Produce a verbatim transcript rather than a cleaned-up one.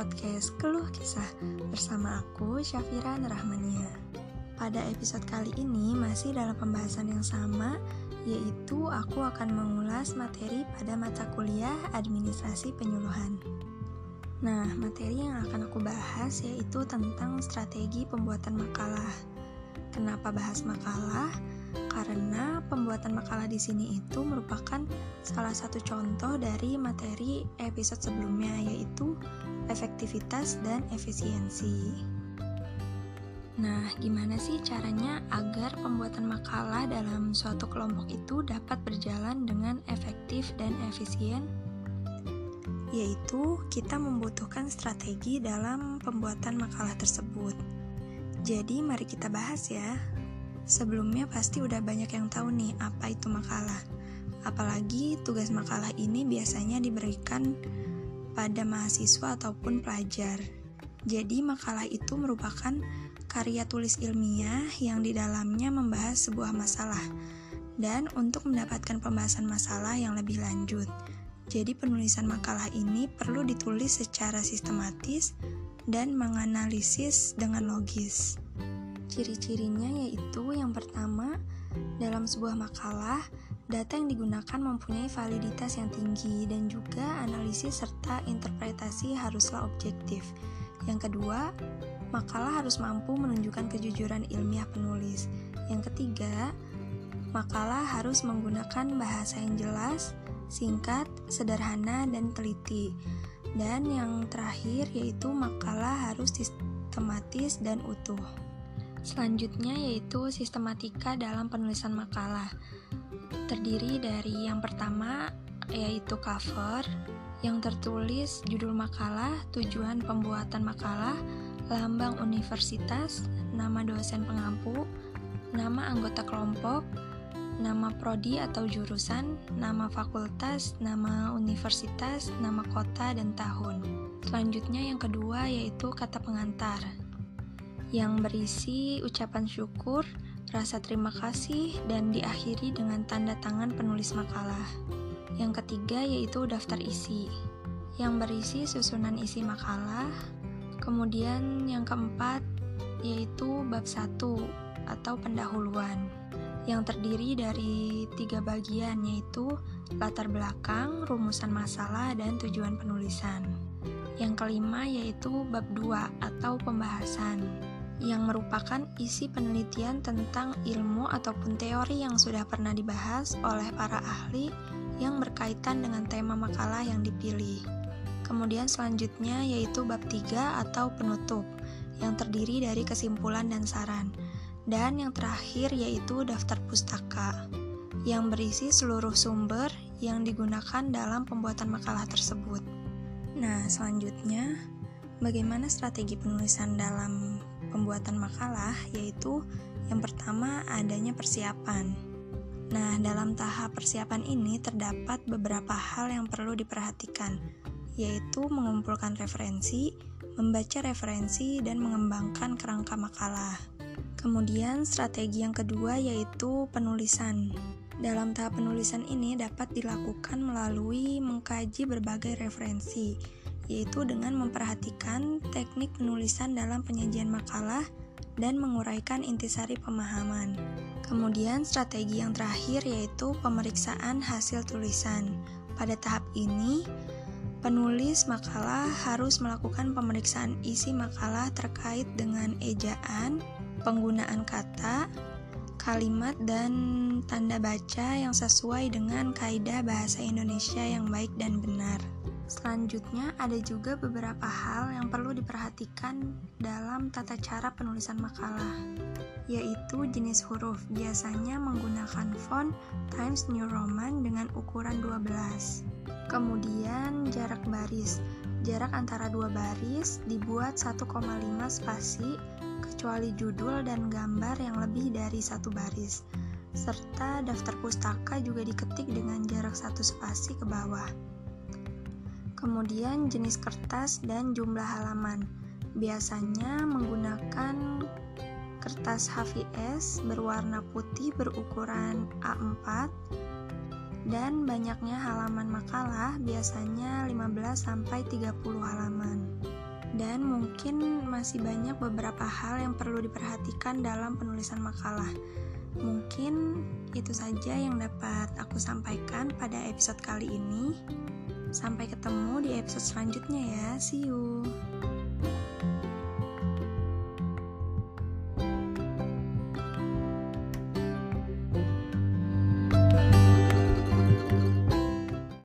podcast Keluh Kisah bersama aku, Syafira Rahmania. Pada episode kali ini masih dalam pembahasan yang sama, yaitu aku akan mengulas materi pada mata kuliah Administrasi Penyuluhan. Nah, materi yang akan aku bahas yaitu tentang strategi pembuatan makalah. Kenapa bahas makalah? Karena pembuatan makalah di sini itu merupakan salah satu contoh dari materi episode sebelumnya, yaitu efektivitas dan efisiensi. Nah, gimana sih caranya agar pembuatan makalah dalam suatu kelompok itu dapat berjalan dengan efektif dan efisien? Yaitu kita membutuhkan strategi dalam pembuatan makalah tersebut. Jadi mari kita bahas ya. Sebelumnya pasti udah banyak yang tahu nih apa itu makalah. Apalagi tugas makalah ini biasanya diberikan pada mahasiswa ataupun pelajar. Jadi makalah itu merupakan karya tulis ilmiah yang di dalamnya membahas sebuah masalah. Dan untuk mendapatkan pembahasan masalah yang lebih lanjut. Jadi penulisan makalah ini perlu ditulis secara sistematis dan menganalisis dengan logis. Ciri-cirinya yaitu yang pertama, dalam sebuah makalah, data yang digunakan mempunyai validitas yang tinggi dan juga analisis serta interpretasi haruslah objektif. Yang kedua, makalah harus mampu menunjukkan kejujuran ilmiah penulis. Yang ketiga, makalah harus menggunakan bahasa yang jelas, singkat, sederhana, dan teliti. Dan yang terakhir yaitu makalah harus sistematis dan utuh. Selanjutnya yaitu sistematika dalam penulisan makalah. Terdiri dari yang pertama yaitu cover, yang tertulis judul makalah, tujuan pembuatan makalah, lambang universitas, nama dosen pengampu, nama anggota kelompok, nama prodi atau jurusan, nama fakultas, nama universitas, nama kota, dan tahun. Selanjutnya yang kedua yaitu kata pengantar, yang berisi ucapan syukur, rasa terima kasih, dan diakhiri dengan tanda tangan penulis makalah. Yang ketiga yaitu daftar isi, yang berisi susunan isi makalah. Kemudian yang keempat yaitu bab satu atau pendahuluan, yang terdiri dari tiga bagian yaitu latar belakang, rumusan masalah, dan tujuan penulisan. Yang kelima yaitu bab dua atau pembahasan, yang merupakan isi penelitian tentang ilmu ataupun teori yang sudah pernah dibahas oleh para ahli yang berkaitan dengan tema makalah yang dipilih. Kemudian selanjutnya yaitu bab tiga atau penutup, yang terdiri dari kesimpulan dan saran. Dan yang terakhir yaitu daftar pustaka, yang berisi seluruh sumber yang digunakan dalam pembuatan makalah tersebut. Nah, selanjutnya bagaimana strategi penulisan dalam pembuatan makalah, yaitu yang pertama adanya persiapan. Nah, dalam tahap persiapan ini terdapat beberapa hal yang perlu diperhatikan, yaitu mengumpulkan referensi, membaca referensi, dan mengembangkan kerangka makalah. Kemudian strategi yang kedua yaitu penulisan. Dalam tahap penulisan ini dapat dilakukan melalui mengkaji berbagai referensi, yaitu dengan memperhatikan teknik penulisan dalam penyajian makalah dan menguraikan intisari pemahaman. Kemudian strategi yang terakhir yaitu pemeriksaan hasil tulisan. Pada tahap ini, penulis makalah harus melakukan pemeriksaan isi makalah terkait dengan ejaan, penggunaan kata, kalimat, dan tanda baca yang sesuai dengan kaidah bahasa Indonesia yang baik dan benar. Selanjutnya ada juga beberapa hal yang perlu diperhatikan dalam tata cara penulisan makalah, yaitu jenis huruf, biasanya menggunakan font Times New Roman dengan ukuran dua belas. Kemudian jarak baris, jarak antara dua baris dibuat satu koma lima spasi kecuali judul dan gambar yang lebih dari satu baris, serta daftar pustaka juga diketik dengan jarak satu spasi ke bawah. Kemudian jenis kertas dan jumlah halaman, biasanya menggunakan kertas H V S berwarna putih berukuran A empat dan banyaknya halaman makalah biasanya lima belas sampai tiga puluh halaman. Dan mungkin masih banyak beberapa hal yang perlu diperhatikan dalam penulisan makalah. Mungkin itu saja yang dapat aku sampaikan pada episode kali ini. Sampai ketemu di episode selanjutnya ya. See you.